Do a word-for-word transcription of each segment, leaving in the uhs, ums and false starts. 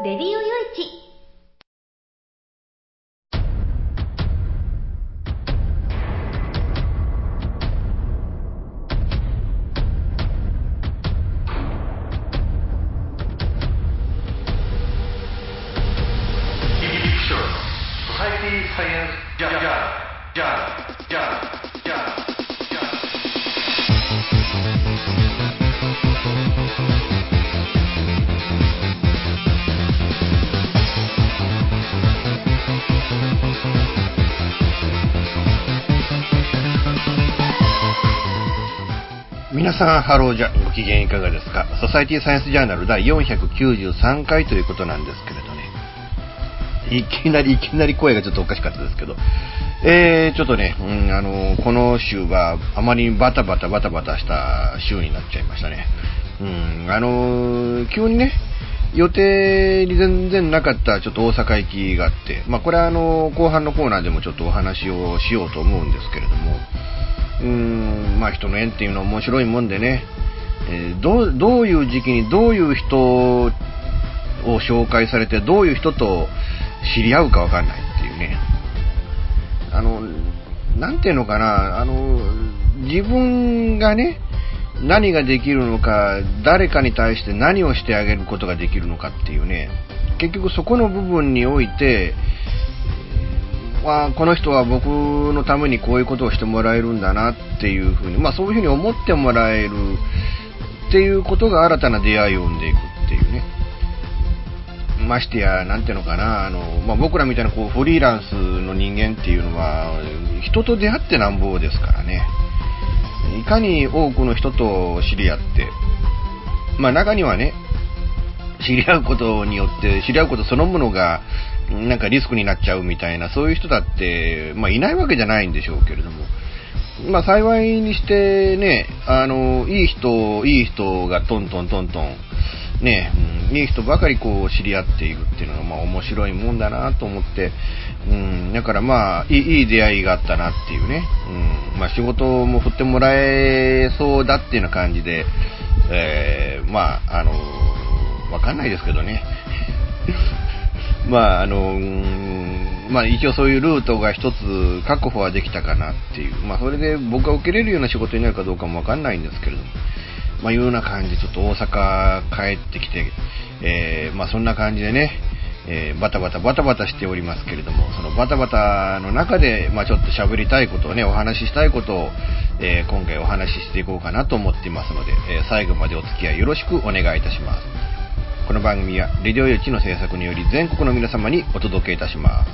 レディオよいち。 皆さんハローじゃ、ご機嫌いかがですか。ソサイティサイエンスジャーナル第よんひゃくきゅうじゅうさんかいということなんですけれどね、いきなりいきなり声がちょっとおかしかったですけど、えー、ちょっとね、うん、あのこの週はあまりバタバタバタバタした週になっちゃいましたね。うん、あの急にね、予定に全然なかったちょっと大阪行きがあって、まあこれはあの後半のコーナーでもちょっとお話をしようと思うんですけれども、うーん、まあ人の縁っていうのは面白いもんでね、えー、どう、どういう時期にどういう人を紹介されてどういう人と知り合うかわかんないっていうね、あのなんていうのかな、あの自分がね何ができるのか、誰かに対して何をしてあげることができるのかっていうね、結局そこの部分において、まあ、この人は僕のためにこういうことをしてもらえるんだなっていうふうに、まあそういうふうに思ってもらえるっていうことが新たな出会いを生んでいくっていうね。ましてや、なんていうのかな、あの、まあ、僕らみたいなこうフリーランスの人間っていうのは人と出会ってなんぼですからね。いかに多くの人と知り合って、まあ中にはね、知り合うことによって知り合うことそのものがなんかリスクになっちゃうみたいな、そういう人だって、まあ、いないわけじゃないんでしょうけれども、まあ幸いにしてね、あのいい人いい人がトントントントンね、うん、いい人ばかりこう知り合っているっていうのがまあ面白いもんだなと思って、うん、だからまあいい、いい出会いがあったなっていうね、うん、まあ仕事も振ってもらえそうだっていうような感じで、えー、まああのわかんないですけどね。まああのまあ一応そういうルートが一つ確保はできたかなっていう、まあそれで僕が受けれるような仕事になるかどうかもわかんないんですけれども、まあいうような感じでちょっと大阪帰ってきて、えー、まあそんな感じでね、えー、バタバタバタバタしておりますけれども、そのバタバタの中でまあちょっと喋りたいことをね、お話ししたいことを、えー、今回お話ししていこうかなと思っていますので、えー、最後までお付き合いよろしくお願いいたします。この番組はレディオよいちの制作により全国の皆様にお届けいたします。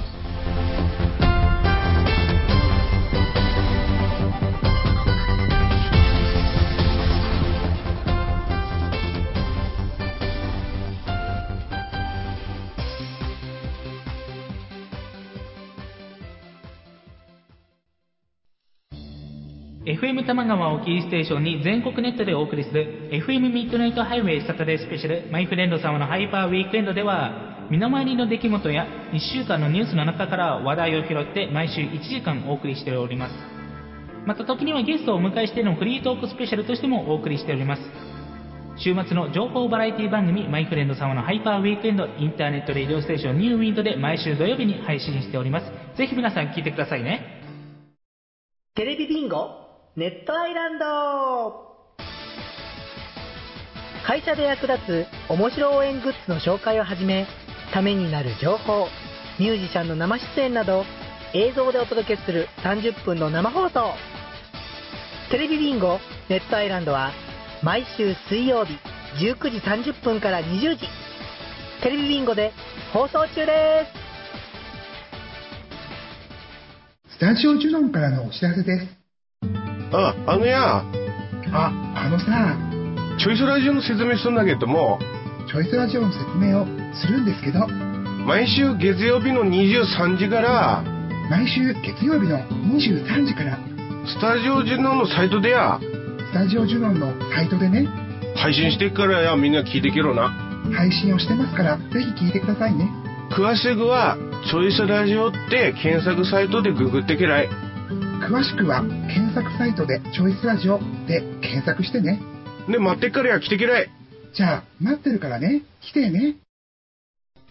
エフエム 多摩川をキーステーションに全国ネットでお送りする エフエム ミッドナイトハイウェイサタデースペシャルマイフレンド様のハイパーウィークエンドでは、身の回りの出来事やいっしゅうかんのニュースの中から話題を拾って毎週いちじかんお送りしております。また時にはゲストをお迎えしてのフリートークスペシャルとしてもお送りしております。週末の情報バラエティ番組マイフレンド様のハイパーウィークエンド、インターネットレディオステーションニューウィンドで毎週土曜日に配信しております。ぜひ皆さん聞いてくださいね。 テレビビンゴネットアイランド。会社で役立つ面白応援グッズの紹介をはじめ、ためになる情報、ミュージシャンの生出演など映像でお届けするさんじゅっぷんの生放送。テレビビンゴネットアイランドは毎週水曜日じゅうくじさんじゅっぷんからにじゅうじ、テレビビンゴで放送中です。 スタジオジュノンからのお知らせです。 あ、あのや、 あ、あのさ、 チョイスラジオの説明するんだけども、 チョイスラジオの説明をするんですけど、 毎週月曜日のにじゅうさんじから毎週月曜日のにじゅうさんじからスタジオジュノンのサイトでや、 スタジオジュノンのサイトでね、 配信してっからや、みんな聞いてけろな。 配信をしてますからぜひ聞いてくださいね。 詳しくはチョイスラジオって検索サイトでググってけらい。 詳しくは検索サイトでチョイスラジオで検索してね。 ね、待ってっからや、来てけらい。 じゃあ待ってるからね、来てね。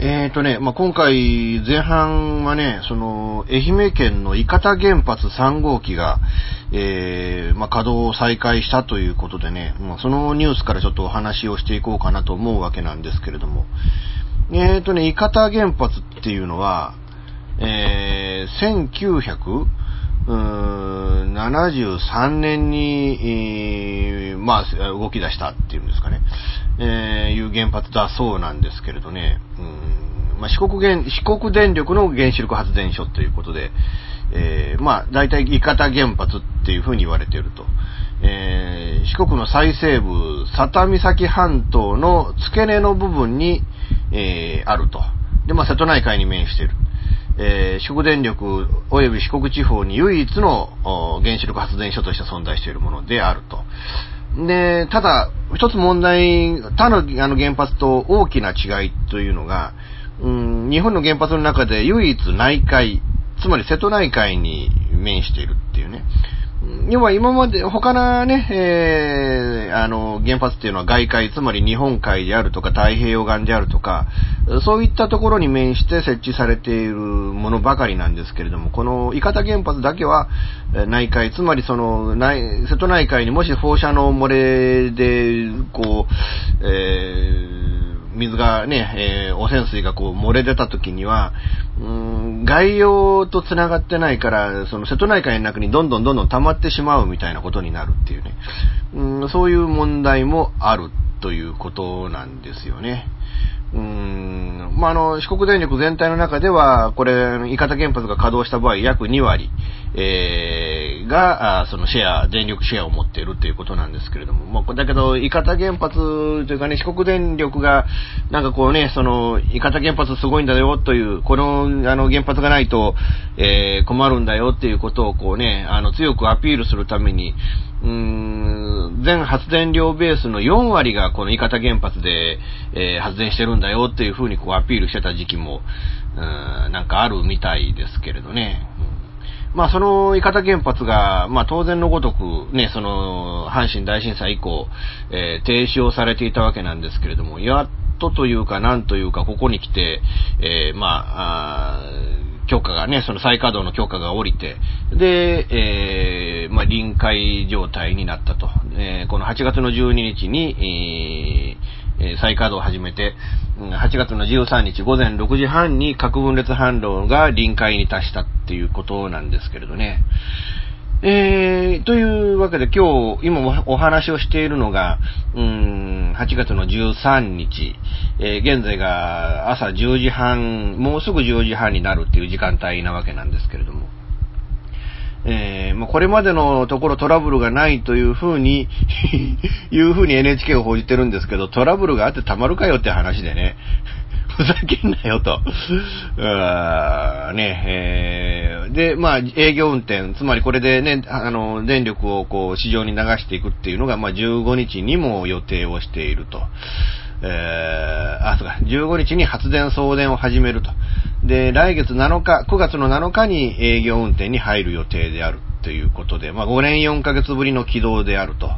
えーとね、まあ、今回前半はね、その、愛媛県の伊方原発さん号機が、えー、まあ、稼働を再開したということでね、まあ、そのニュースからちょっとお話をしていこうかなと思うわけなんですけれども、えーとね、伊方原発っていうのは、えー、せんきゅうひゃくななじゅうさんねんに、えー、まあ、動き出したっていうんですかね、えー、いう原発だそうなんですけれどね、うん、まあ、四国原、四国電力の原子力発電所ということで、えー、まあ、大体伊方原発っていうふうに言われていると。えー、四国の最西部、佐多岬半島の付け根の部分に、えー、あると。で、まあ、瀬戸内海に面している。えー、四国電力及び四国地方に唯一の原子力発電所として存在しているものであると。で、ただ、一つ問題、他の、あの原発と大きな違いというのが、うん、日本の原発の中で唯一内海、つまり瀬戸内海に面しているっていうね。要は今まで他のね、えー、あの原発っていうのは外海、つまり日本海であるとか太平洋岸であるとか、そういったところに面して設置されているものばかりなんですけれども、この伊方原発だけは内海、つまりその内瀬戸内海にもし放射能漏れでこう、えー水がね、えー、汚染水がこう漏れ出た時には、うーん、外洋と繋がってないから、その瀬戸内海の中にどんどんどんどん溜まってしまうみたいなことになるっていうね、うん、そういう問題もあるということなんですよね。うーん、まあ、あの、四国電力全体の中では、これ、伊方原発が稼働した場合、約に割、えー、が、あそのシェア、電力シェアを持っているということなんですけれども、まあ、だけど、伊方原発というかね、四国電力が、なんかこうね、その、伊方原発すごいんだよという、この、あの、原発がないと、えー、困るんだよっていうことをこうね、あの、強くアピールするために、うーん、全発電量ベースのよん割がこの伊方原発で、えー、発電してるんだよっていうふうにこうアピールしてた時期も、うーん、なんかあるみたいですけれどね。うん、まあその伊方原発が、まあ当然のごとくね、その阪神大震災以降、えー、停止をされていたわけなんですけれども、やっとというかなんというかここに来て、えー、まあ、あ許可がね、その再稼働の許可が下りて、で、えー、まあ、臨界状態になったと。えー、このはちがつのじゅうににちに、えー、再稼働を始めて、はちがつのじゅうさんにちごぜんろくじはんに核分裂反応が臨界に達したっていうことなんですけれどね。えー、というわけで今日、今お話をしているのが、うーん、はちがつのじゅうさんにち、えー、現在が朝じゅうじはん、もうすぐじゅうじはんになるっていう時間帯なわけなんですけれども、えー、まあ、これまでのところトラブルがないというふうに、いうふうに エヌエイチケー が報じてるんですけど、トラブルがあってたまるかよって話でね、ふざけんなよと。あね、えー、で、まあ、営業運転、つまりこれでね、あの、電力をこう、市場に流していくっていうのが、まあ、じゅうごにちにも予定をしていると。えー、あ、そうか、じゅうごにちに発電送電を始めると。で、来月なのか、くがつのなのかに営業運転に入る予定であるということで、まあ、ごねんよんかげつぶりの起動であると。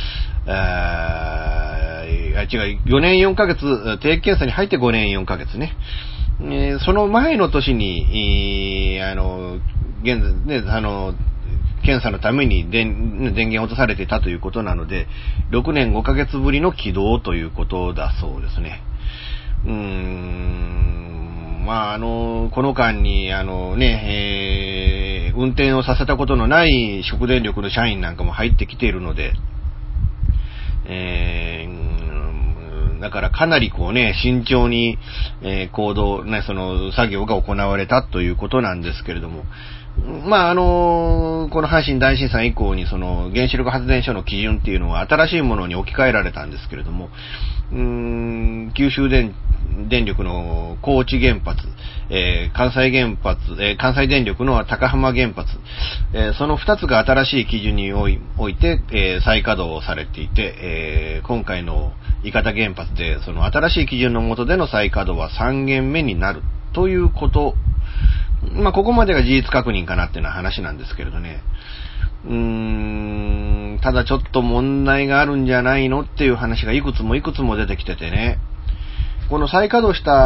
えー、違う、よねんよんかげつ、定期検査に入ってごねんよんかげつね。えー、その前の年に、えー、あの、現在、ね、あの、検査のために電、電源を落とされていたということなので、ろくねんごかげつぶりの起動ということだそうですね。うーん、まあ、あの、この間に、あのね、えー、運転をさせたことのない四国電力の社員なんかも入ってきているので、えー、だからかなりこうね、慎重に、えー、行動、ね、その作業が行われたということなんですけれども、まあ、あの、この阪神大震災以降にその原子力発電所の基準っていうのは新しいものに置き換えられたんですけれども、うーん、九州電、電力の高知原発、えー、関西原発、えー、関西電力の高浜原発、えー、その二つが新しい基準において、えー、再稼働されていて、えー、今回の伊方原発でその新しい基準の下での再稼働はさんげんめになるということ、まあ、ここまでが事実確認かなっていうような話なんですけれどね。うーん、ただちょっと問題があるんじゃないのっていう話がいくつもいくつも出てきててね。 この再稼働した、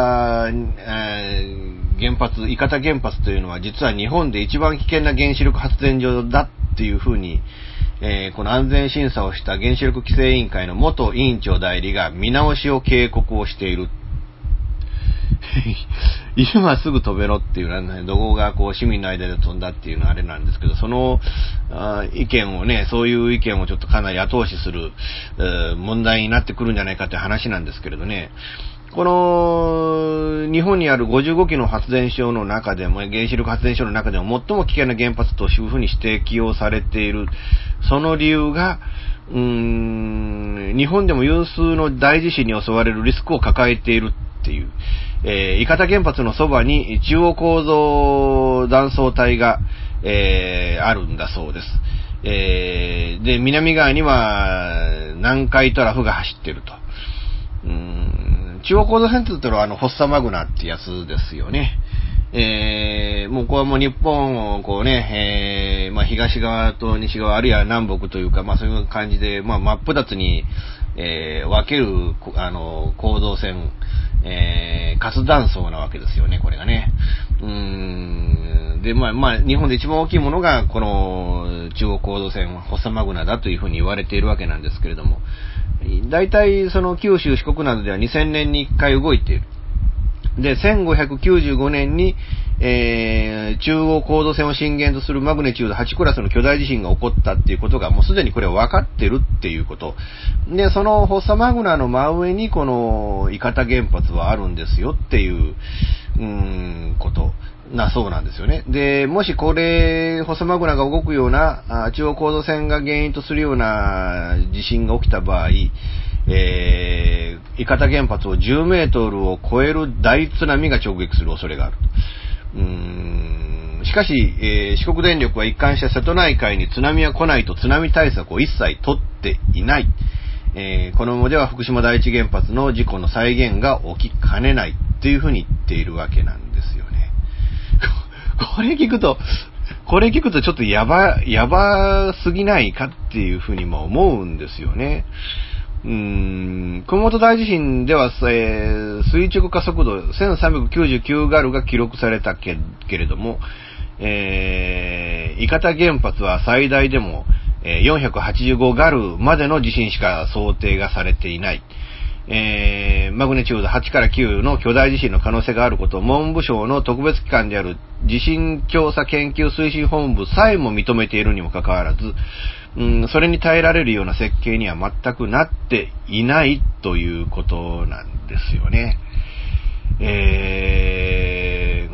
えー、原発、伊方原発というのは実は日本で一番危険な原子力発電所だっていうふうに、えー、この安全審査をした原子力規制委員会の元委員長代理が見直しを警告をしている。今すぐ飛べろっていうのは、ね、怒号がこう市民の間で飛んだっていうのはあれなんですけど、そのあ意見をね、そういう意見をちょっとかなり後押しする、えー、問題になってくるんじゃないかという話なんですけれどね。この日本にあるごじゅうごきの発電所の中でも、原子力発電所の中でも最も危険な原発というふうに指摘をされている、その理由が、うーん、日本でも有数の大地震に襲われるリスクを抱えているっていう、えー、伊方原発のそばに中央構造断層帯が、えー、あるんだそうです。えー、で、南側には南海トラフが走っていると。うーん、中央構造線って言ったらあの、フォッサマグナってやつですよね。えー、もうこれはもう日本をこうね、えー、まあ東側と西側あるいは南北というか、まあそういう感じで、まあ真っ二つに、えー、分ける、あの、構造線、えー、活断層なわけですよね、これがね。うーん。で、まあまあ、日本で一番大きいものが、この中央構造線、フォッサマグナだというふうに言われているわけなんですけれども、大体その九州、四国などではにせんねんにいっかい動いている。で、せんごひゃくきゅうじゅうごねんに、えー、中央高度線を震源とするマグネチュードはちクラスの巨大地震が起こったっていうことがもうすでにこれは分かってるっていうこと。で、そのフォッサマグナの真上にこの伊方原発はあるんですよっていう、うーん、ことなそうなんですよね。で、もしこれ、フォッサマグナが動くような、中央高度線が原因とするような地震が起きた場合、えー、伊方原発をじゅうメートルを超える大津波が直撃する恐れがある。うーん、しかし、えー、四国電力は一貫して瀬戸内海に津波は来ないと津波対策を一切取っていない。えー、このままでは福島第一原発の事故の再現が起きかねないっていうふうに言っているわけなんですよね。これ聞くと、これ聞くとちょっとやば、やばすぎないかっていうふうにも思うんですよね。うーん、熊本大地震では、えー、垂直加速度せんさんびゃくきゅうじゅうきゅうガルが記録されたけ、けれども、えー、伊方原発は最大でも、えー、よんひゃくはちじゅうごガルまでの地震しか想定がされていない。えー、マグネチュードはちからきゅうの巨大地震の可能性があることを文部省の特別機関である地震調査研究推進本部さえも認めているにもかかわらず、うん、それに耐えられるような設計には全くなっていないということなんですよね。え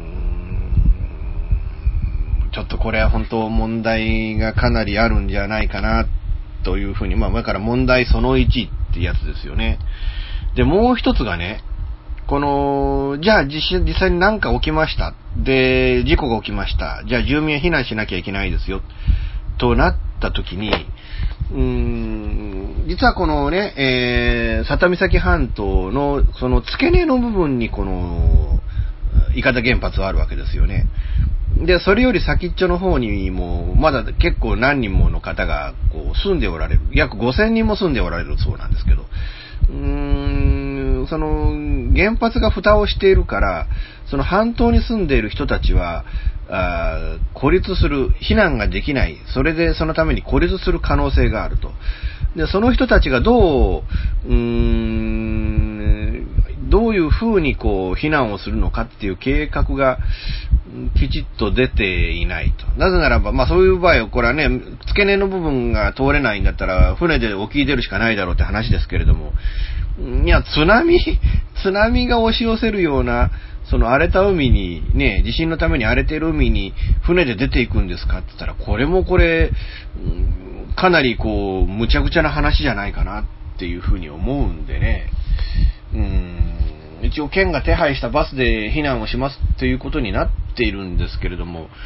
ー、ちょっとこれは本当問題がかなりあるんじゃないかなというふうに、まあ、だから問題そのいちってやつですよね。で、もう一つがね、この、じゃあ実実際に何か起きました。で、事故が起きました。じゃあ住民は避難しなきゃいけないですよ。となった時に、うーん、実はこのね、えー、佐多岬半島のその付け根の部分にこの伊方原発はあるわけですよね。で、それより先っちょの方にもまだ結構何人もの方がこう住んでおられる。約ごせんにんも住んでおられるそうなんですけど、うーん、その原発が蓋をしているから、その半島に住んでいる人たちはあ孤立する、避難ができない、それでそのために孤立する可能性があると。で、その人たちがどう、うーん、どういう風にこう避難をするのかっていう計画がきちっと出ていないと。なぜならば、まあそういう場合はこれはね、付け根の部分が通れないんだったら船で沖に出るしかないだろうって話ですけれども、いや、津波、津波が押し寄せるような、その荒れた海にね、地震のために荒れている海に船で出ていくんですかって言ったら、これもこれ、かなりこう、むちゃくちゃな話じゃないかなっていうふうに思うんでね。うーん、一応県が手配したバスで避難をしますということになっているんですけれども、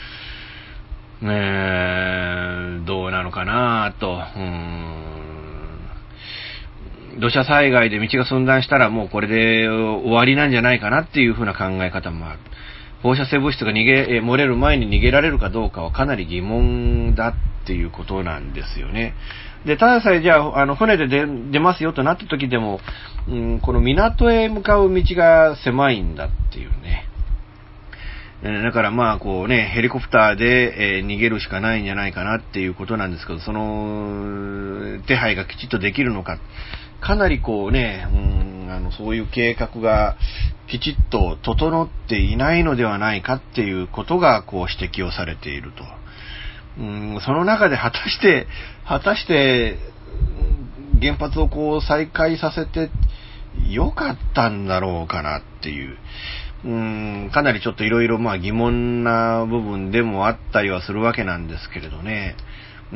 えー、どうなのかなと。うーん、土砂災害で道が寸断したらもうこれで終わりなんじゃないかなっていう風な考え方もある。放射性物質が逃げ、漏れる前に逃げられるかどうかはかなり疑問だっていうことなんですよね。 で、ただでさえじゃあ、あの、船で出、出ますよとなった時でも、うん、この港へ向かう道が狭いんだっていうね。だからまあこうね、ヘリコプターで、えー、逃げるしかないんじゃないかなっていうことなんですけど、その手配がきちっとできるのか、かなりこうね、うん、あのそういう計画がきちっと整っていないのではないかっていうことがこう指摘をされていると。うん、その中で果たして果たして原発をこう再開させてよかったんだろうかなっていう。うーん、かなりちょっといろいろまあ疑問な部分でもあったりはするわけなんですけれどね。うん、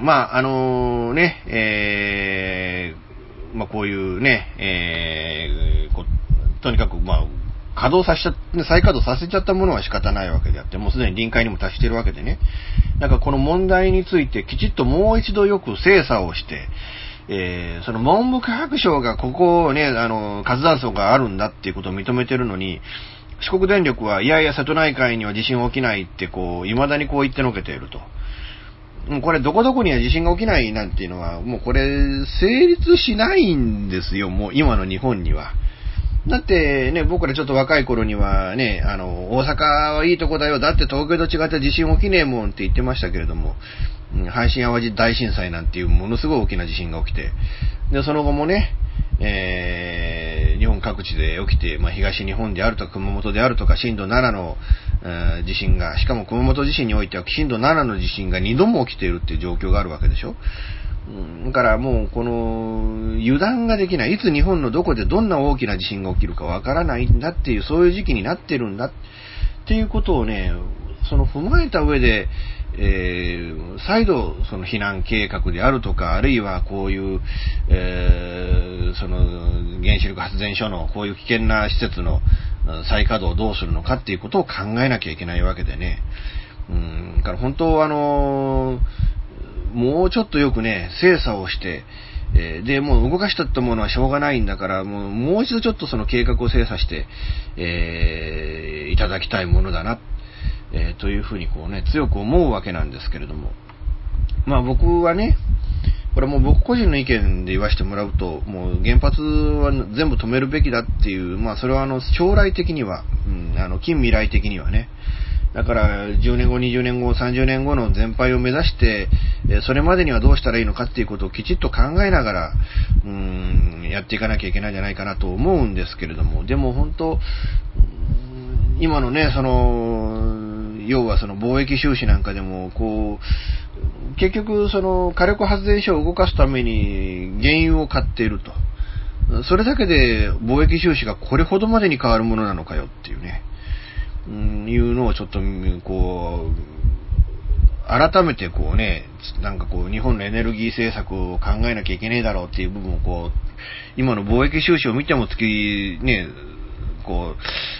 まああのね、えー、まあこういうね、えー、ことにかくまあ稼働させちゃ再稼働させちゃったものは仕方ないわけであって、もうすでに臨界にも達しているわけでね。なんかこの問題についてきちっともう一度よく精査をして。えー、その文部科学省がここをね、あの、活断層があるんだっていうことを認めてるのに、四国電力はいやいや瀬戸内海には地震起きないってこう、未だにこう言ってのけていると。もうこれどこどこには地震が起きないなんていうのは、もうこれ成立しないんですよ、もう今の日本には。だってね、僕らちょっと若い頃にはね、あの、大阪はいいとこだよ、だって東京と違って地震起きねえもんって言ってましたけれども、阪神淡路大震災なんていうものすごい大きな地震が起きて、で、その後もね、えー、日本各地で起きて、まあ、東日本であるとか熊本であるとか震度ななの、えー、地震が、しかも熊本地震においては震度ななの地震がにども起きているっていう状況があるわけでしょ。うん、だからもうこの油断ができない、いつ日本のどこでどんな大きな地震が起きるかわからないんだっていう、そういう時期になってるんだっていうことをね、その踏まえた上で、えー、再度その避難計画であるとか、あるいはこういう、えー、その原子力発電所のこういう危険な施設の再稼働をどうするのかっていうことを考えなきゃいけないわけでね。うん、だから本当あのもうちょっとよくね精査をして、えー、でもう動かしとったものはしょうがないんだから、もうもう一度ちょっとその計画を精査して、えー、いただきたいものだな。えー、というふうにこうね強く思うわけなんですけれども、まあ僕はね、これもう僕個人の意見で言わせてもらうと、もう原発は全部止めるべきだっていう、まあそれはあの将来的には、うん、あの近未来的にはね、だからじゅうねんご、にじゅうねんご、さんじゅうねんごの全廃を目指して、それまでにはどうしたらいいのかっていうことをきちっと考えながら、うーん、やっていかなきゃいけないんじゃないかなと思うんですけれども、でも本当、今のね、その、要はその貿易収支なんかでも、こう、結局その火力発電所を動かすために原油を買っていると。それだけで貿易収支がこれほどまでに変わるものなのかよっていうね。うん、いうのをちょっとこう改めてこうね、なんかこう日本のエネルギー政策を考えなきゃいけねえだろうっていう部分をこう今の貿易収支を見ても月ねこ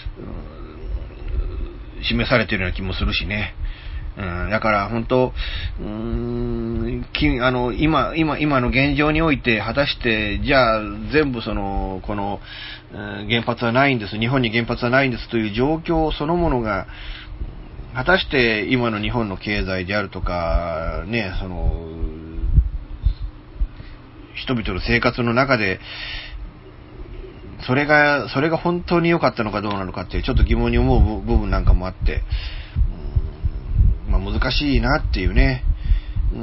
う示されているような気もするしね。うん、だから本当、うーん、きあの今今今の現状において果たしてじゃあ全部そのこの、うん、原発はないんです、日本に原発はないんですという状況そのものが果たして今の日本の経済であるとかね、その人々の生活の中でそれがそれが本当に良かったのかどうなのかっていうちょっと疑問に思う部分なんかもあって。まあ、難しいなっていうね、うん、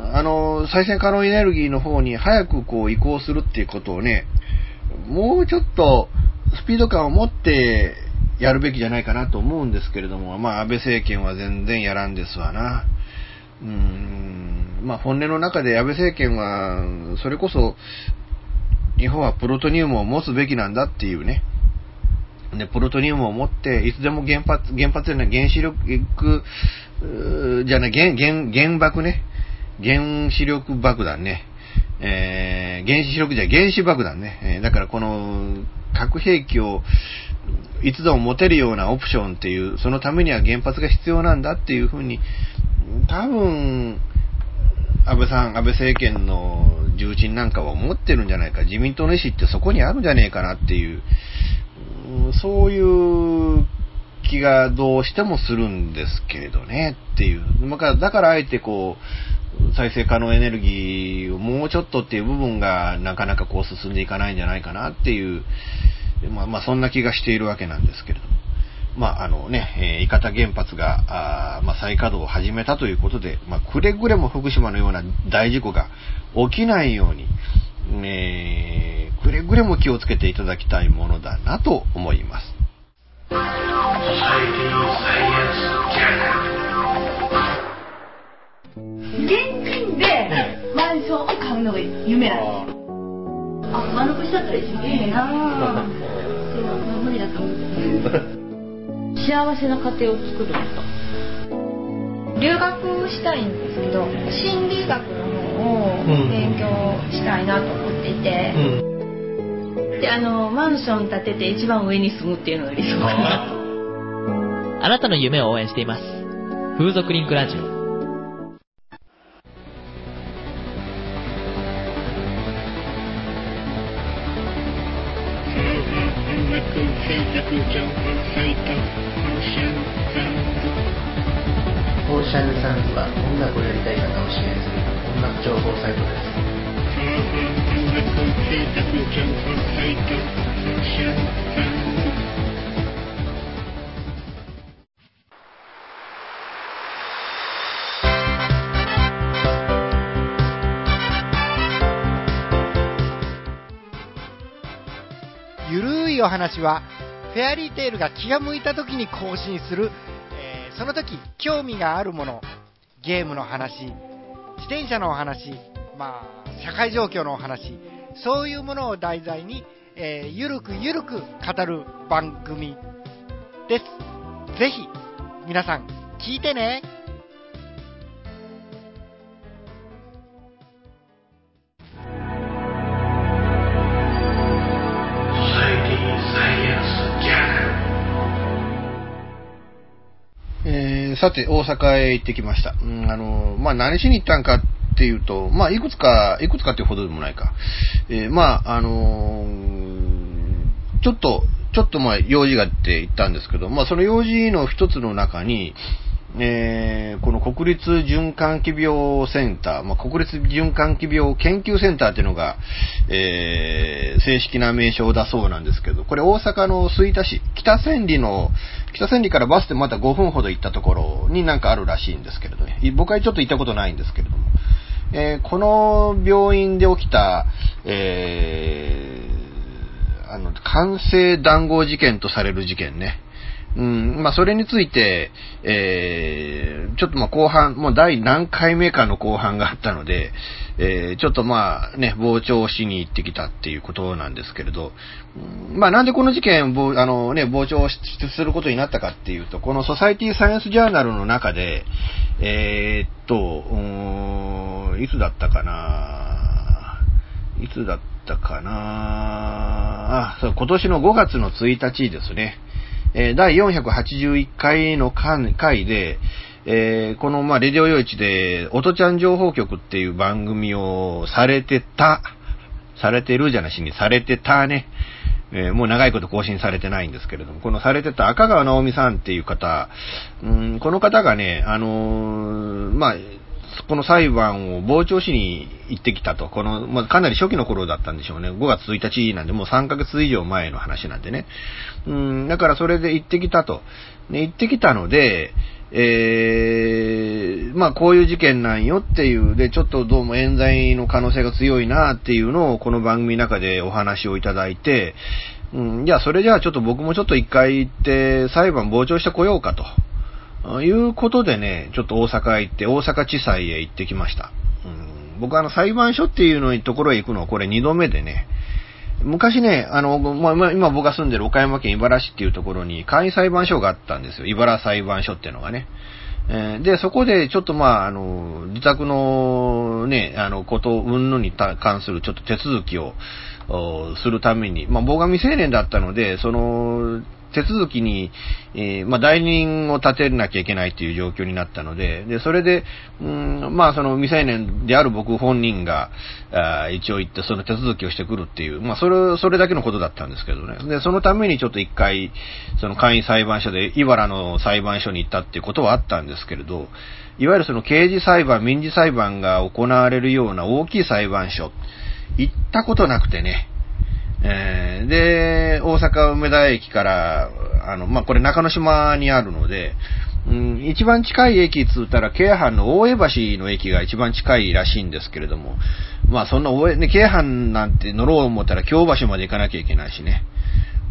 あの再生可能エネルギーの方に早くこう移行するっていうことをね、もうちょっとスピード感を持ってやるべきじゃないかなと思うんですけれども、まあ安倍政権は全然やらんですわな。うーん、まあ本音の中で安倍政権はそれこそ日本はプロトニウムを持つべきなんだっていうね。でプロトニウムを持っていつでも原発原発じゃない原子力じゃない原原原爆ね原子力爆弾ね、えー、原子力じゃ原子爆弾ね、えー、だからこの核兵器をいつでも持てるようなオプションっていうそのためには原発が必要なんだっていうふうに多分安倍さん安倍政権の重鎮なんかは思ってるんじゃないか、自民党の意思ってそこにあるんじゃねえかなっていうそういう気がどうしてもするんですけれどねっていう。だからあえてこう再生可能エネルギーをもうちょっとっていう部分がなかなかこう進んでいかないんじゃないかなっていう、まあまあそんな気がしているわけなんですけれども。まああのね、えー、伊方原発が、あまあ再稼働を始めたということで、まあくれぐれも福島のような大事故が起きないように、えー、くれぐれも気をつけていただきたいものだなと思います。 現金でマンションを買うのが夢なんですよ。あ、丸くしちゃったら一番いいなぁ。そう、無理だと思って幸せな家庭を作るんですか？留学したいんですけど、心理学の方を勉強したいなと思っていて、うん、で、あのマンション建てて一番上に住むっていうのが理想かなと。 あなたの夢を応援しています。風俗リンクラジオ。 オーシャンズサンズは音楽をやりたい方を支援する音楽情報サイトです。 ゆるいお話はフェアリーテールが気が向いた時に更新する、えー、その時興味があるもの、ゲームの話、自転車のお話、まあ社会状況のお話、そういうものを題材に、えー、ゆるくゆるく語る番組です。ぜひ皆さん聞いてね。 えー、さて大阪へ行ってきました。うん、あのまあ何しに行ったんかっていうと、まあいくつかいくつかっていうほどでもないか。えー、まああのー、ちょっとちょっとまあ用事があって行ったんですけど、まあその用事の一つの中に。えー、この国立循環器病センター、まあ、国立循環器病研究センターっていうのが、えー、正式な名称だそうなんですけど、これ大阪の吹田市、北千里の、北千里からバスでまたごふんほど行ったところになんかあるらしいんですけれどね。僕はちょっと行ったことないんですけれども、えー、この病院で起きた、えー、あの、官製談合事件とされる事件ね。うん、まあ、それについて、えー、ちょっとま、後半、もう第何回目かの後半があったので、えー、ちょっとまあね、傍聴しに行ってきたっていうことなんですけれど、うん、まあ、なんでこの事件を、あのね、傍聴することになったかっていうと、このソサイティサイエンスジャーナルの中で、えー、っと、うーん、いつだったかないつだったかなあ、そう、今年のごがつのついたちですね。だいよんひゃくはちじゅういっかいの回で、えー、この、まあ、レディオよいちで、おとちゃん情報局っていう番組をされてた、されてるじゃなしにされてたね、えー、もう長いこと更新されてないんですけれども、このされてた赤川直美さんっていう方、うん、この方がね、あのー、まあ、この裁判を傍聴しに行ってきたと。この、まあ、かなり初期の頃だったんでしょうね。ごがつついたちなんで、もうさんかげつ以上前の話なんでね。うん、だからそれで行ってきたと。ね、行ってきたので、えー、まあこういう事件なんよっていう、で、ちょっとどうも冤罪の可能性が強いなっていうのをこの番組の中でお話をいただいて、うん、じゃあそれじゃあちょっと僕もちょっと一回行って裁判傍聴してこようかと。いうことでね、ちょっと大阪へ行って、大阪地裁へ行ってきました。うん、僕はあの裁判所っていうのにところへ行くのはこれ二度目でね、昔ね、あの、まあ、今僕が住んでる岡山県井原市っていうところに簡易裁判所があったんですよ。井原裁判所っていうのがね。えー、で、そこでちょっとまあ、あの、自宅のね、あの、こと、云々に関するちょっと手続きをするために、まあ僕が未成年だったので、その、 手続きに、えー、まあ、代理人を立てなきゃいけないという状況になったので、で、それで、うん、まあ、その未成年である僕本人が、あ一応行ってその手続きをしてくるっていう、まあ、それ、それだけのことだったんですけどね。で、そのためにちょっと一回、その簡易裁判所で、茨の裁判所に行ったっていうことはあったんですけれど、いわゆるその刑事裁判、民事裁判が行われるような大きい裁判所、行ったことなくてね、えー、で、大阪梅田駅から、あの、まあ、これ中之島にあるので、うん、一番近い駅つったら、京阪の大江橋の駅が一番近いらしいんですけれども、まあ、そんな大江、ね、京阪なんて乗ろう思ったら京橋まで行かなきゃいけないしね。うん、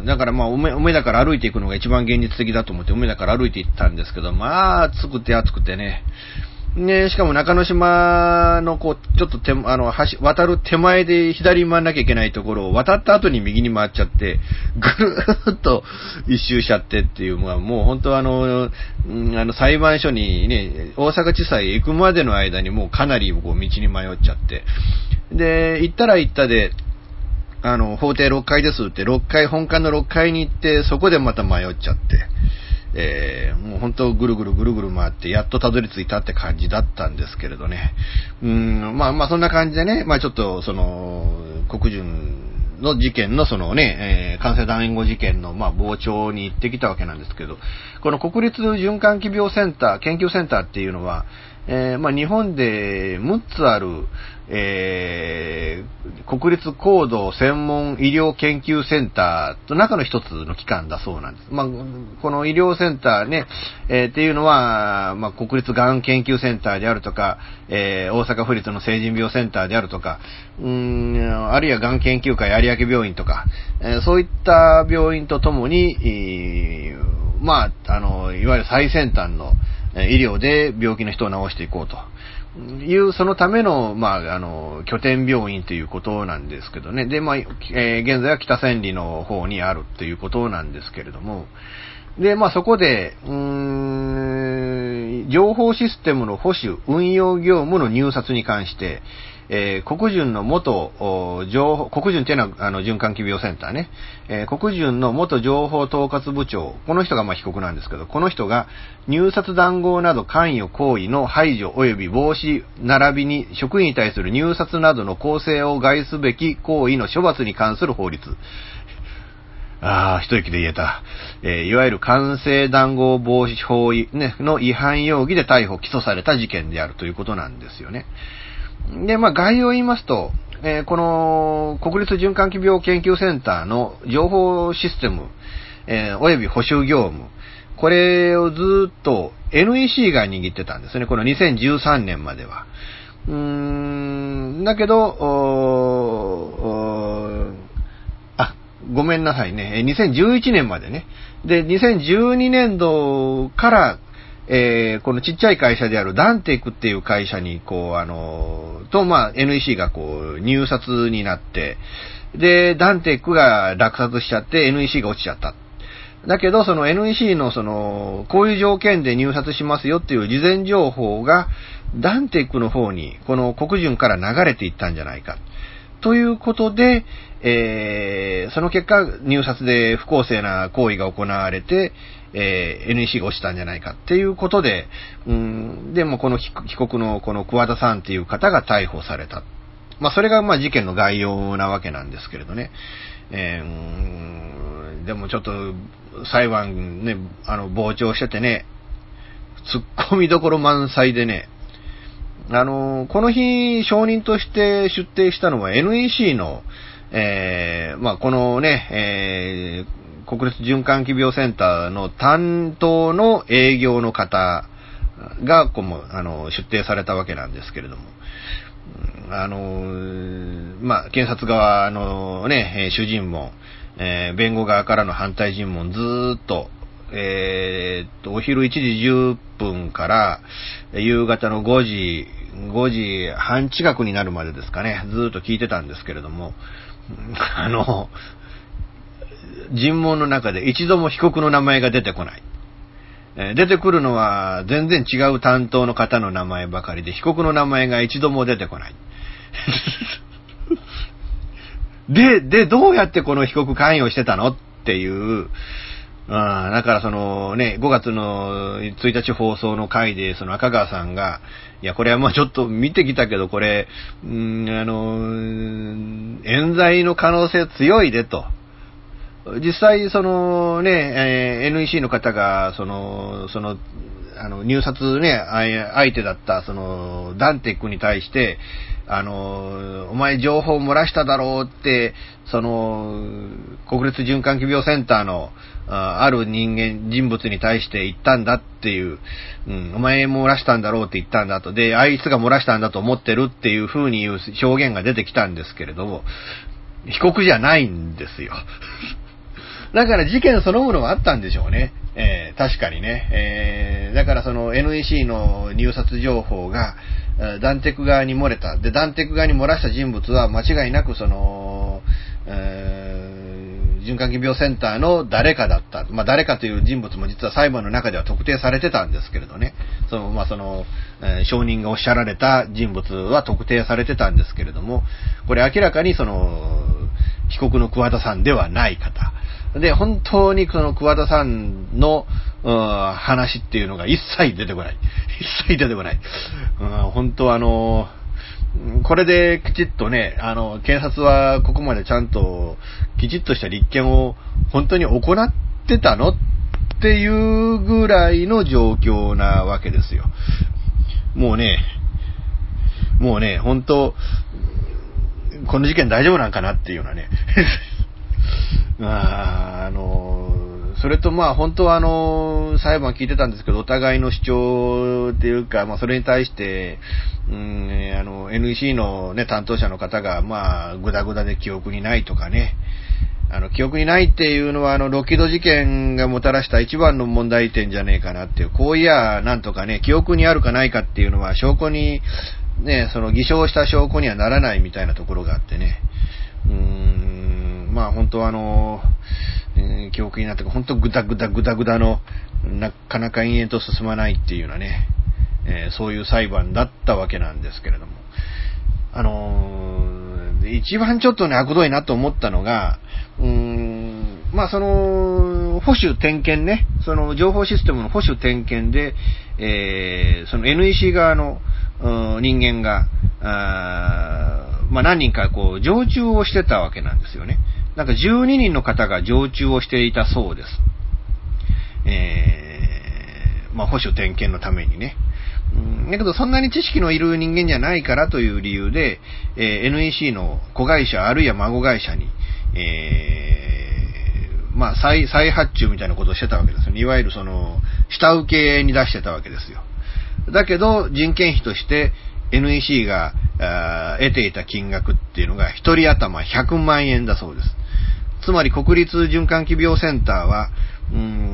だからまあ、梅、梅田から歩いていくのが一番現実的だと思って、梅田から歩いて行ったんですけど、まあ、暑くて暑くてね。ね、しかも中之島のこう、ちょっと手、あの、橋、渡る手前で左に回んなきゃいけないところを渡った後に右に回っちゃって、ぐるーっと一周しちゃってっていう、まあもう本当あの、うん、あの裁判所にね、大阪地裁へ行くまでの間にもうかなりこう道に迷っちゃって、で、行ったら行ったで、あの、法廷ろっかいですって、ろっかい、本館のろっかいに行って、そこでまた迷っちゃって、えー、もう本当ぐるぐるぐるぐる回ってやっとたどり着いたって感じだったんですけれどね。うーん、まあまあそんな感じでね、まあちょっとその国順の事件のそのね、えー、官製談援護事件のまあ傍聴に行ってきたわけなんですけど、この国立循環器病センター、研究センターっていうのは、えー、まあ日本でむっつある、えー、国立高度専門医療研究センターと中の一つの機関だそうなんです。まあ、この医療センターね、えー、っていうのは、まあ、国立がん研究センターであるとか、えー、大阪府立の成人病センターであるとか、うーん、あるいはがん研究会有明病院とか、えー、そういった病院とともに、えー、まあ、あの、いわゆる最先端の医療で病気の人を治していこうという、そのための、まあ、あの、拠点病院ということなんですけどね。で、まあ、えー、現在は北千里の方にあるということなんですけれども、で、まあ、そこで、うーん、情報システムの保守、運用業務の入札に関して、えー、国順の元情報、国順っていうのはあの循環器病センターね、えー、国順の元情報統括部長、この人がまあ被告なんですけど、この人が入札談合など関与行為の排除及び防止並びに職員に対する入札などの公正を害すべき行為の処罰に関する法律。ああ、一息で言えた。えー、いわゆる官製談合防止法、ね、の違反容疑で逮捕・起訴された事件であるということなんですよね。で、まあ、概要を言いますと、えー、この国立循環器病研究センターの情報システム、えー、および保守業務、これをずっと エヌイーシー が握ってたんですね。このにせんじゅうさんねんまでは。うーん、だけど、あ、ごめんなさいね。にせんじゅういちねんまでね。で、にせんじゅうにねんどから、えー、このちっちゃい会社であるダンテックっていう会社に、こう、あの、と、まあ、エヌイーシー がこう、入札になって、で、ダンテックが落札しちゃって エヌイーシー が落ちちゃった。だけど、その エヌイーシー のその、こういう条件で入札しますよっていう事前情報が、ダンテックの方に、この国順から流れていったんじゃないか。ということで、えー、その結果、入札で不公正な行為が行われて、えー、エヌイーシー が落ちたんじゃないかっていうことで、うん、でもこの被告のこの桑田さんっていう方が逮捕された。まあそれがまあ事件の概要なわけなんですけれどね。えー、でもちょっと裁判ね、あの傍聴しててね、突っ込みどころ満載でね、あの、この日証人として出廷したのは エヌイーシー の、えー、まあこのね、えー国立循環器病センターの担当の営業の方がこうあの出廷されたわけなんですけれども、あのまあ検察側のね主尋問、えー、弁護側からの反対尋問ずーっと、えー、っとお昼いちじじゅっぷんから夕方のごじごじはん近くになるまでですかね、ずーっと聞いてたんですけれども、あの尋問の中で一度も被告の名前が出てこない。えー、出てくるのは全然違う担当の方の名前ばかりで、被告の名前が一度も出てこない。で、で、どうやってこの被告関与してたのっっていう、あだからそのね、ごがつのついたち放送の回で、その赤川さんが、いや、これはもうちょっと見てきたけど、これ、うーん、あの、冤罪の可能性強いでと。実際、そのね、えー、エヌイーシー の方が、その、その、あの、入札ね、相手だった、その、ダンテックに対して、あの、お前情報を漏らしただろうって、その、国立循環器病センターの、あ, ある人間、人物に対して言ったんだっていう、うん、お前漏らしたんだろうって言ったんだと。で、あいつが漏らしたんだと思ってるっていう風に言う表現が出てきたんですけれども、被告じゃないんですよ。だから事件そのものはあったんでしょうね。えー、確かにね。えー、だからその エヌイーシー の入札情報が、ダンテック側に漏れた。で、ダンテック側に漏らした人物は間違いなくその、えー、循環器病センターの誰かだった。まあ、誰かという人物も実は裁判の中では特定されてたんですけれどね。その、まあ、その、えー、証人がおっしゃられた人物は特定されてたんですけれども、これ明らかにその、被告の桑田さんではない方。で、本当にその桑田さんの、うん、話っていうのが一切出てこない。一切出てこない。うん、本当あの、これできちっとね、あの、検察はここまでちゃんときちっとした立件を本当に行ってたのっていうぐらいの状況なわけですよ。もうね、もうね、本当この事件大丈夫なんかなっていうようなね。あ, あの、それとまあ本当はあの、裁判聞いてたんですけど、お互いの主張っていうか、まあそれに対して、うん、あの、エヌイーシー のね、担当者の方が、まあ、ぐだぐだで記憶にないとかね、あの、記憶にないっていうのは、あの、ロキド事件がもたらした一番の問題点じゃねえかなっていう、こういや、なんとかね、記憶にあるかないかっていうのは、証拠に、ね、その偽証した証拠にはならないみたいなところがあってね、うーん、まあ本当あの、えー、記憶になって本当グダグダグダグダのなかなか延々と進まないっていうようなね、えー、そういう裁判だったわけなんですけれども、あのー、一番ちょっとね悪どいなと思ったのが、うーん、まあその保守点検ね、その情報システムの保守点検で、えー、その エヌイーシー 側の人間が、あまあ何人かこう常駐をしてたわけなんですよね。なんかじゅうににんの方が常駐をしていたそうです。えー、まあ保守点検のためにね。うん、だけどそんなに知識のいる人間じゃないからという理由で、えー、エヌイーシー の子会社あるいは孫会社に、えー、まあ再、再発注みたいなことをしてたわけですよね。いわゆるその下請けに出してたわけですよ。だけど人件費として エヌイーシー が得ていた金額っていうのが一人頭ひゃくまんえんだそうです。つまり国立循環器病センターは、うん、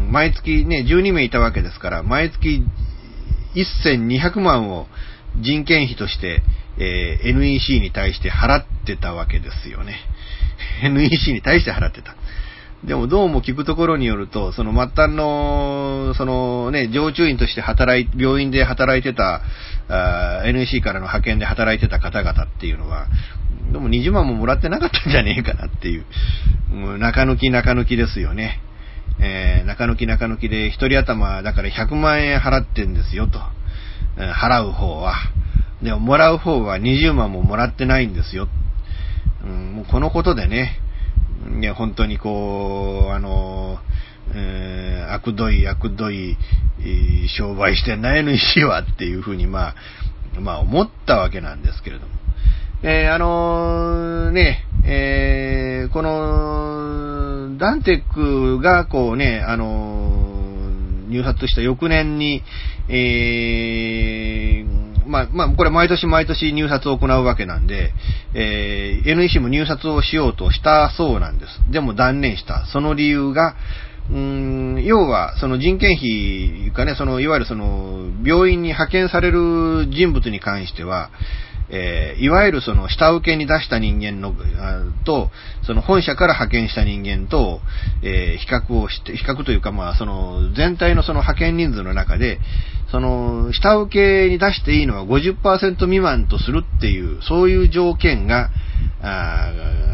毎月ね、じゅうにめいいたわけですから、毎月せんにひゃくまんを人件費として、えー、エヌイーシー に対して払ってたわけですよね。エヌイーシー に対して払ってた。でもどうも聞くところによると、その末端の、そのね、常駐員として働い、病院で働いてた、エヌイーシー からの派遣で働いてた方々っていうのは、でもにじゅうまんももらってなかったんじゃねえかなっていう、もう中抜き中抜きですよね。えー、中抜き中抜きで一人頭だからひゃくまんえん払ってんですよと。払う方は。でももらう方はにじゅうまんももらってないんですよ。うん、もうこのことでね、いや本当にこう、あの、えー、悪どい悪どい、えー、商売してんな エヌイーシー はっていうふうにまあ、まあ思ったわけなんですけれども。えー、あのー、ね、えー、この、ダンテックがこうね、あのー、入札した翌年に、えー、まあ、まあ、これ毎年毎年入札を行うわけなんで、えー、エヌイーシー も入札をしようとしたそうなんです。でも断念した。その理由が、うーん、要は、その人件費かね、その、いわゆるその、病院に派遣される人物に関しては、えー、いわゆるその下請けに出した人間のとその本社から派遣した人間と、えー、比較をして比較というかまあその全体のその派遣人数の中でその下請けに出していいのは ごじゅっパーセント 未満とするっていうそういう条件があ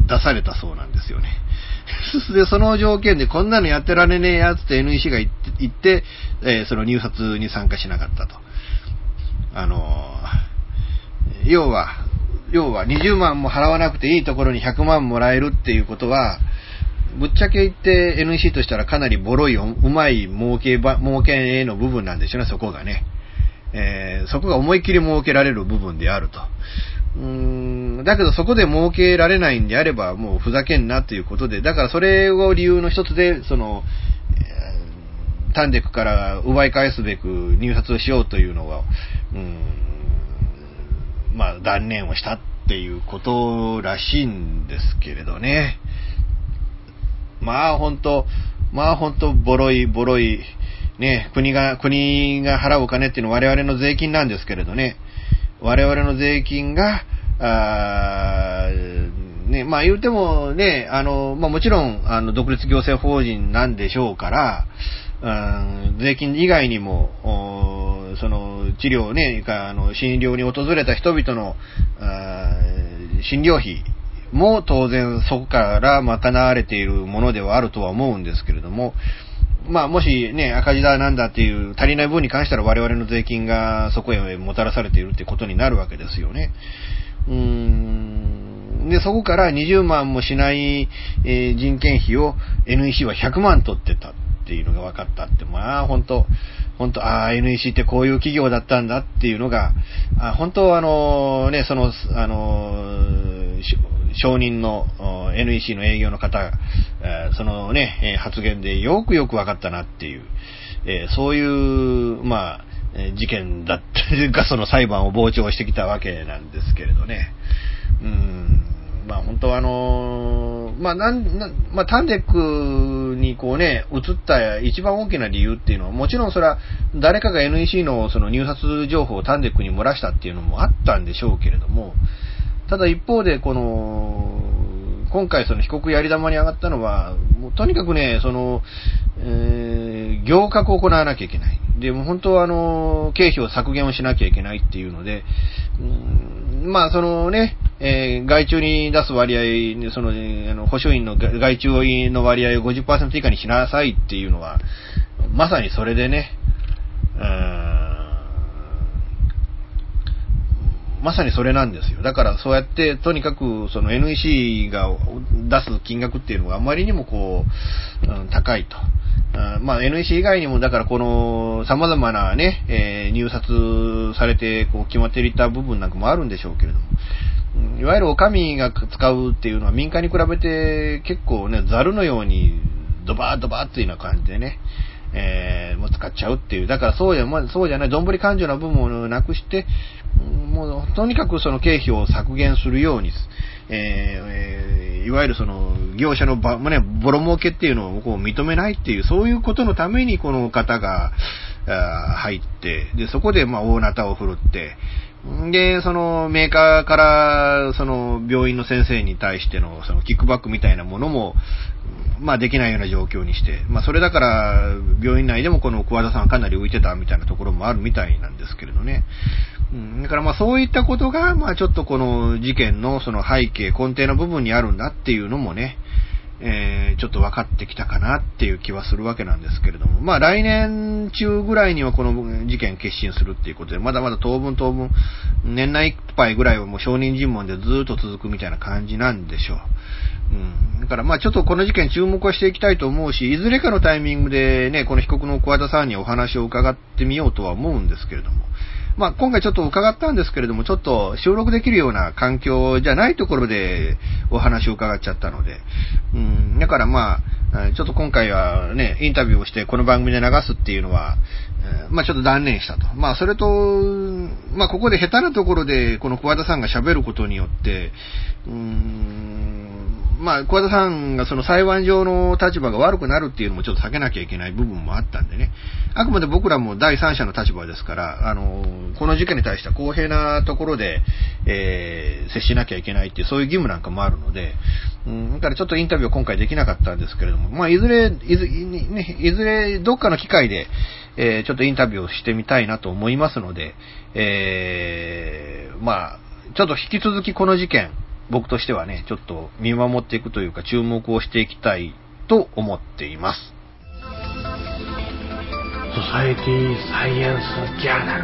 出されたそうなんですよね。で、その条件でこんなのやってられねえやつって エヌイーシー が言って、言って、えー、その入札に参加しなかったと。あのー、要は、要はにじゅうまんも払わなくていいところにひゃくまんもらえるっていうことは、ぶっちゃけ言って エヌイーシー としたらかなりボロい、うまい儲けば、儲けの部分なんでしょうね、そこがね。えー、そこが思いっきり儲けられる部分であると。うーん、だけどそこで儲けられないんであればもうふざけんなということで、だからそれを理由の一つで、その、えー、タンデックから奪い返すべく入札をしようというのは、うーん、まあ断念をしたっていうことらしいんですけれどね。まあ本当、まあ本当ボロいボロいね、国が国が払うお金っていうのは我々の税金なんですけれどね、我々の税金があね、まあ言うてもね、あのまあもちろんあの独立行政法人なんでしょうから、うん、税金以外にもその治療ね、あの診療に訪れた人々の診療費も当然そこから賄われているものではあるとは思うんですけれども、まあもしね、赤字だなんだっていう足りない分に関しては我々の税金がそこへもたらされているってことになるわけですよね。うーん。で、そこからにじゅうまんもしない、えー、人件費を エヌイーシー はひゃくまん取ってたっていうのが分かったって、まあ本当本当ああ エヌイーシー ってこういう企業だったんだっていうのが、あ本当あのね、そのあの承認の エヌイーシー の営業の方、そのね、発言でよくよく分かったなっていう、そういう、まあ、事件だったが、その裁判を傍聴してきたわけなんですけれどね。うん、まあ本当あの、まあなんな、まあタンデックにこうね、移った一番大きな理由っていうのは、もちろんそれは誰かが エヌイーシー のその入札情報をタンデックに漏らしたっていうのもあったんでしょうけれども、ただ一方でこの今回その被告やり玉に上がったのは、もうとにかくね、その、えー、行革を行わなきゃいけない。でも本当はあの経費を削減をしなきゃいけないっていうので、うん、まあそのね、えー、外注に出す割合、その、あの保証員の外注の割合を ごじゅっパーセント 以下にしなさいっていうのは、まさにそれでね、うーん、まさにそれなんですよ。だからそうやってとにかくその エヌイーシー が出す金額っていうのがあまりにもこう、うん、高いと。まあ エヌイーシー 以外にもだからこの様々なね、えー、入札されてこう決まっていた部分なんかもあるんでしょうけれども、いわゆるお上が使うっていうのは民間に比べて結構ね、ザルのようにドバードバーっていうような感じでね、えー、もう使っちゃうっていう。だからそうじゃ、まあ、そうじゃない、どんぶり勘定な部分をなくして、もうとにかくその経費を削減するように、えー、いわゆるその業者のば、まあね、ボロ儲けっていうのをこう認めないっていう、そういうことのためにこの方が入って、で、そこでまあ大なたを振るって、で、そのメーカーからその病院の先生に対してのそのキックバックみたいなものも、まあできないような状況にして、まあそれだから病院内でもこの桑田さんはかなり浮いてたみたいなところもあるみたいなんですけれどね。うん、だからまあそういったことが、まあちょっとこの事件のその背景、根底の部分にあるんだっていうのもね、えー、ちょっと分かってきたかなっていう気はするわけなんですけれども、まあ来年中ぐらいにはこの事件決心するっていうことで、まだまだ当分当分、年内いっぱいぐらいはもう証人尋問でずーっと続くみたいな感じなんでしょう。うん、だからまあちょっとこの事件注目はしていきたいと思うし、いずれかのタイミングでね、この被告の桑田さんにお話を伺ってみようとは思うんですけれども、まあ今回ちょっと伺ったんですけれども、ちょっと収録できるような環境じゃないところでお話を伺っちゃったので、うん、だからまあ、ちょっと今回はね、インタビューをしてこの番組で流すっていうのは、まあちょっと断念したと。まあそれと、まあここで下手なところでこの桑田さんが喋ることによって、うーん、まあ桑田さんがその裁判上の立場が悪くなるっていうのもちょっと避けなきゃいけない部分もあったんでね。あくまで僕らも第三者の立場ですから、あの、この事件に対しては公平なところで、えー、接しなきゃいけないっていうそういう義務なんかもあるので、うん、だからちょっとインタビューを今回できなかったんですけれども、まあいずれ、いず,、ね、いずれどっかの機会で、えー、ちょっとインタビューをしてみたいなと思いますので、えー、まあちょっと引き続きこの事件、 僕としてはね、ちょっと見守っていくというか注目をしていきたいと思っています。 ソサエティサイエンスジャーナル。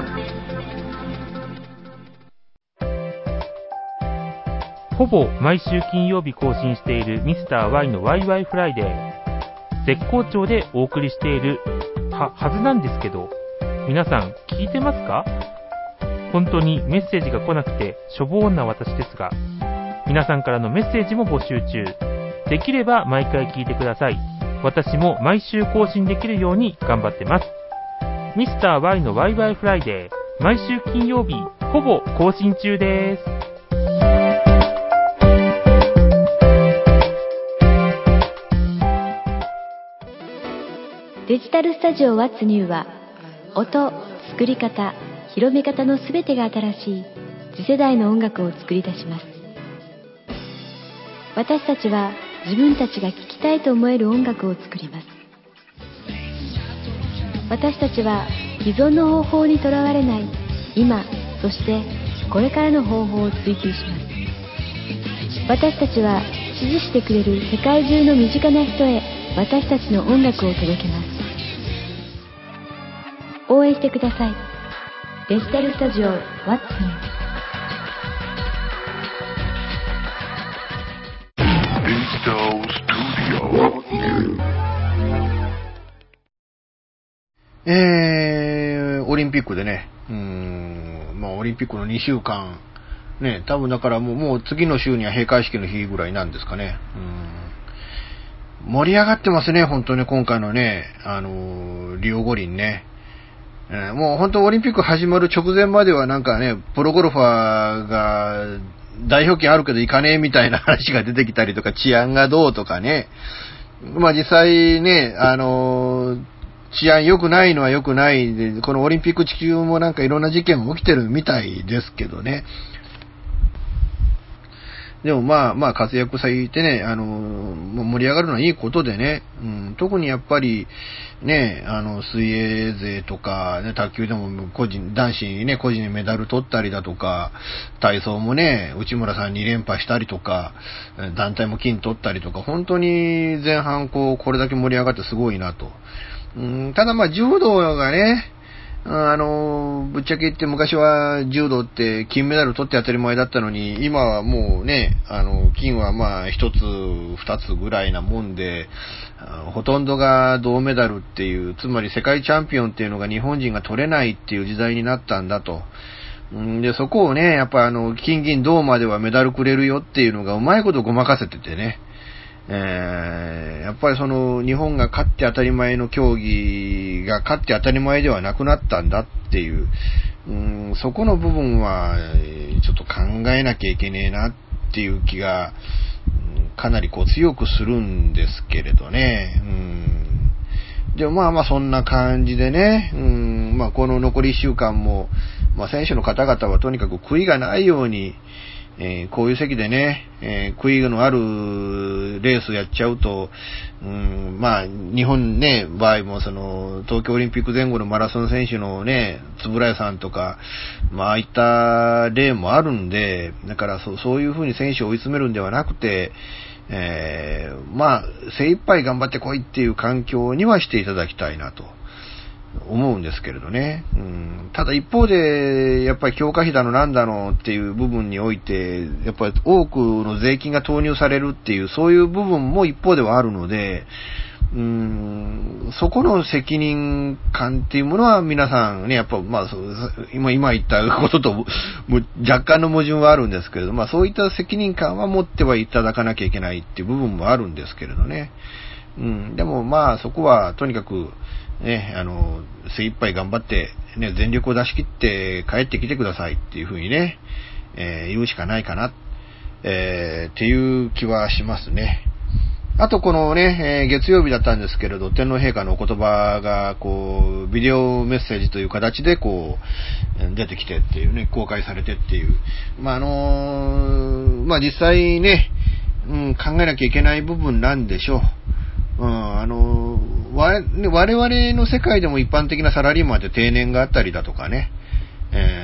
ほぼ毎週金曜日更新しているミスター Y のワイワイフライデー。絶好調でお送りしているは、はずなんですけど、皆さん聞いてますか？本当にメッセージが来なくてしょぼーんな私ですが、皆さんからのメッセージも募集中。できれば毎回聞いてください。私も毎週更新できるように頑張ってます。ミスター Y のワイワイフライデー、毎週金曜日ほぼ更新中です。 デジタルスタジオ What's New は、音、作り方、広め方のすべてが新しい次世代の音楽を作り出します。私たちは自分たちが聴きたいと思える音楽を作ります。私たちは既存の方法にとらわれない今、そしてこれからの方法を追求します。私たちは支持してくれる世界中の身近な人へ私たちの音楽を届けます。応援してください。デジタルスタジオ What's New。 えー、オリンピックでね、うーん、まあオリンピックのにしゅうかん、ね、多分だからもう、もう次の週には閉会式の日ぐらいなんですかね。うん、盛り上がってますね、本当に今回のね、あの、リオ五輪ね。えー、もう本当オリンピック始まる直前まではなんかね、プロゴルファーが代表権あるけど行かねえみたいな話が出てきたりとか、治安がどうとかね。まあ実際ね、あの、治安良くないのは良くないで、このオリンピック地球もなんかいろんな事件も起きてるみたいですけどね。でもまあまあ活躍されてね、あの、盛り上がるのはいいことでね、うん、特にやっぱりね、あの、水泳勢とか、ね、卓球でも個人、男子にね、個人でメダル取ったりだとか、体操もね、内村さんに連覇したりとか、団体も金取ったりとか、本当に前半こう、これだけ盛り上がってすごいなと。うん、ただまあ柔道がね、あの、ぶっちゃけ言って昔は柔道って金メダル取って当たり前だったのに、今はもうね、あの、金はまあ一つ、二つぐらいなもんで、ほとんどが銅メダルっていう、つまり世界チャンピオンっていうのが日本人が取れないっていう時代になったんだと。で、そこをね、やっぱあの、金銀銅まではメダルくれるよっていうのがうまいことごまかせててね。えー、やっぱりその日本が勝って当たり前の競技が勝って当たり前ではなくなったんだっていう、うん、そこの部分はちょっと考えなきゃいけねえなっていう気がかなりこう強くするんですけれどね。うん、でもまあまあそんな感じでね、うん、まあこの残りいっしゅうかんも、まあ選手の方々はとにかく悔いがないように、えー、こういう席でね、えー、悔いのあるレースやっちゃうと、うん、まあ、日本ね、場合もその、東京オリンピック前後のマラソン選手のね、円谷さんとか、まあ、ああいった例もあるんで、だからそう、そういうふうに選手を追い詰めるんではなくて、えー、まあ、精一杯頑張ってこいっていう環境にはしていただきたいなと。思うんですけれどね、うん、ただ一方でやっぱり強化費だのなんだのっていう部分においてやっぱり多くの税金が投入されるっていうそういう部分も一方ではあるので、うーん、そこの責任感っていうものは皆さんねやっぱまあ今今言ったことと若干の矛盾はあるんですけれど、まあそういった責任感は持ってはいただかなきゃいけないっていう部分もあるんですけれどね、うん、でもまあそこはとにかくね、あの、精一杯頑張って、ね、全力を出し切って帰ってきてくださいっていうふうにね、えー、言うしかないかな、えー、っていう気はしますね。あとこのね、えー、月曜日だったんですけれど、天皇陛下のお言葉が、こう、ビデオメッセージという形で、こう、出てきてっていうね、公開されてっていう。まあ、あのー、まあ、実際ね、うん、考えなきゃいけない部分なんでしょう。うん、あの、我々の世界でも一般的なサラリーマンって定年があったりだとかね、えー、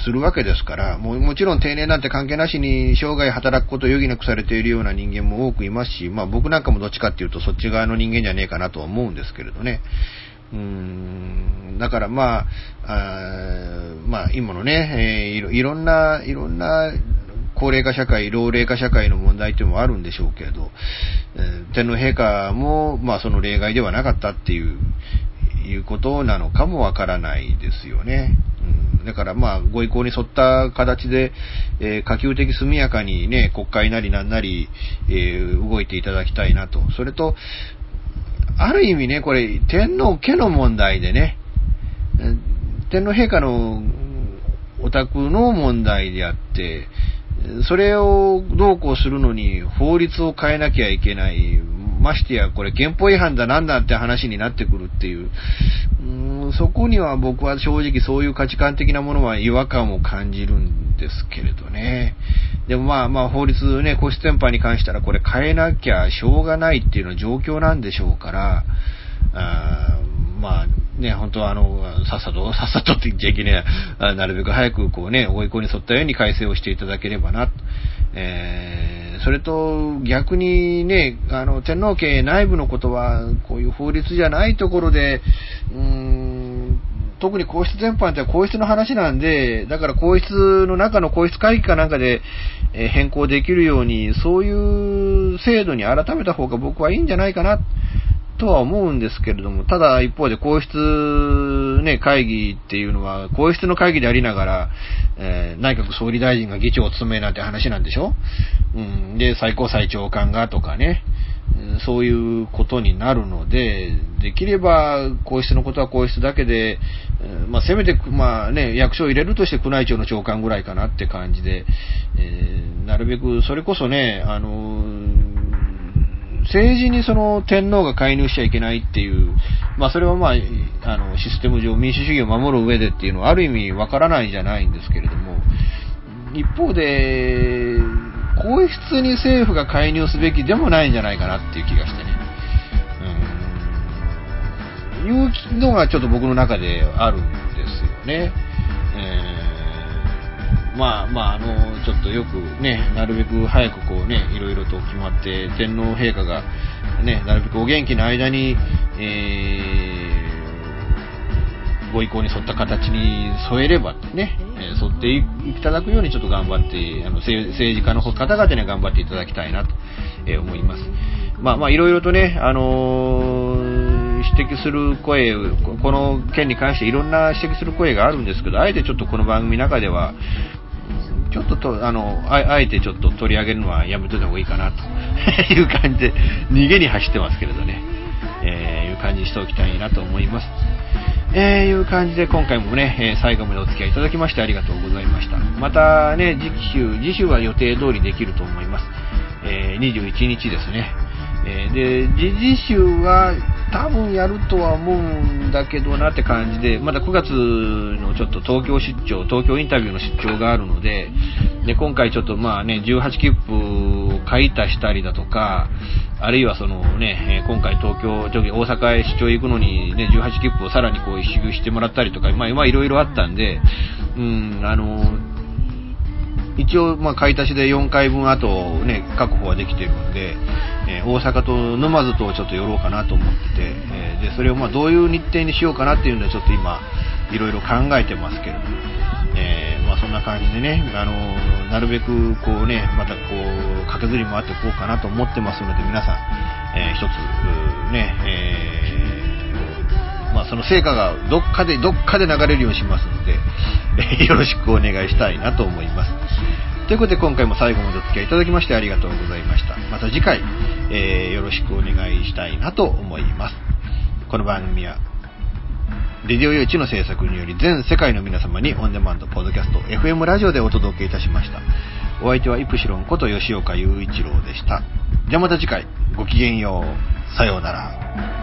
するわけですから、もうもちろん定年なんて関係なしに生涯働くことを余儀なくされているような人間も多くいますし、まあ僕なんかもどっちかっていうとそっち側の人間じゃねえかなとは思うんですけれどね。うーん、だからまあ、あまあ今のね、えーいろ、いろんな、いろんな高齢化社会、老齢化社会の問題というのもあるんでしょうけれど、えー、天皇陛下もまあその例外ではなかったっていう、いうことなのかもわからないですよね。うん、だからまあご意向に沿った形で、えー、可及的速やかにね、国会なりなんなり、えー、動いていただきたいなと。それと、ある意味ね、これ、天皇家の問題でね、天皇陛下のお宅の問題であって、それをどうこうするのに法律を変えなきゃいけない。ましてや、これ憲法違反だなんだって話になってくるっていう。うーん、そこには僕は正直そういう価値観的なものは違和感を感じるんですけれどね。でもまあまあ法律ね、皇室典範に関したらこれ変えなきゃしょうがないっていうのは状況なんでしょうから、あまあね、本当はあの、さっさと、さっさとって言っちゃいけねえ、なるべく早くこうね、ご意向に沿ったように改正をしていただければな。えー、それと逆にね、あの、天皇家内部のことは、こういう法律じゃないところで、うーん、特に皇室全般って皇室の話なんで、だから皇室の中の皇室会議かなんかで変更できるように、そういう制度に改めた方が僕はいいんじゃないかな、とは思うんですけれども、ただ一方で皇室ね、会議っていうのは皇室の会議でありながら、えー、内閣総理大臣が議長を務めなんて話なんでしょ。うん、で、最高裁長官がとかね、そういうことになるので、できれば皇室のことは皇室だけで、まあ、せめて、まあね、役所を入れるとして宮内庁の長官ぐらいかなって感じで、えー、なるべくそれこそね、あの政治にその天皇が介入しちゃいけないっていう、まあそれはまあ、あのシステム上民主主義を守る上でっていうのはある意味わからないじゃないんですけれども、一方で皇室に政府が介入すべきでもないんじゃないかなっていう気がしてね、うーん、いうのがちょっと僕の中であるんですよね。えーまあまあ、あの、ちょっとよくね、なるべく早くこうね、いろいろと決まって、天皇陛下がね、なるべくお元気な間に、えー、ご意向に沿った形に添えればね、えー、沿っていただくようにちょっと頑張って、あの、政治家の方々には頑張っていただきたいなと、えー、思います。まあまあ、いろいろとね、あのー、指摘する声、この件に関していろんな指摘する声があるんですけど、あえてちょっとこの番組の中では、ちょっとと、あの、あ、あえてちょっと取り上げるのはやめといた方がいいかなという感じで、逃げに走ってますけれどね、えー、いう感じにしておきたいなと思います。えー、いう感じで今回もね、えー、最後までお付き合いいただきましてありがとうございました。またね、次週、次週は予定通りできると思います。えー、にじゅういちにちですね。えー、で、次次週は多分やるとは思うんだけどなって感じで、まだくがつのちょっと東京出張、東京インタビューの出張があるので、で、今回ちょっとまあね、じゅうはちきっぷを買い足したりだとか、あるいはそのね、今回東京、大阪へ出張行くのにね、じゅうはちきっぷをさらにこう一周してもらったりとか、まあまあいろいろあったんで、うん、あの、一応、まあ、買い足しでよんかいぶんあとね、確保はできてるんで、えー、大阪と沼津とちょっと寄ろうかなと思ってて、えー、で、それをまあ、どういう日程にしようかなっていうのはちょっと今、いろいろ考えてますけれども、えー、まあ、そんな感じでね、あのー、なるべくこうね、またこう、駆けずり回っていこうかなと思ってますので、皆さん、えー、一つ、ね、えー、まあ、その成果がどっかで、どっかで流れるようにしますので、よろしくお願いしたいなと思います。ということで今回も最後までお付き合いいただきましてありがとうございました。また次回、えー、よろしくお願いしたいなと思います。この番組はレディオ用地の制作により全世界の皆様にオンデマンドポッドキャスト エフエム ラジオでお届けいたしました。お相手はイプシロンこと吉岡雄一郎でした。じゃあまた次回ごきげんよう。さようなら。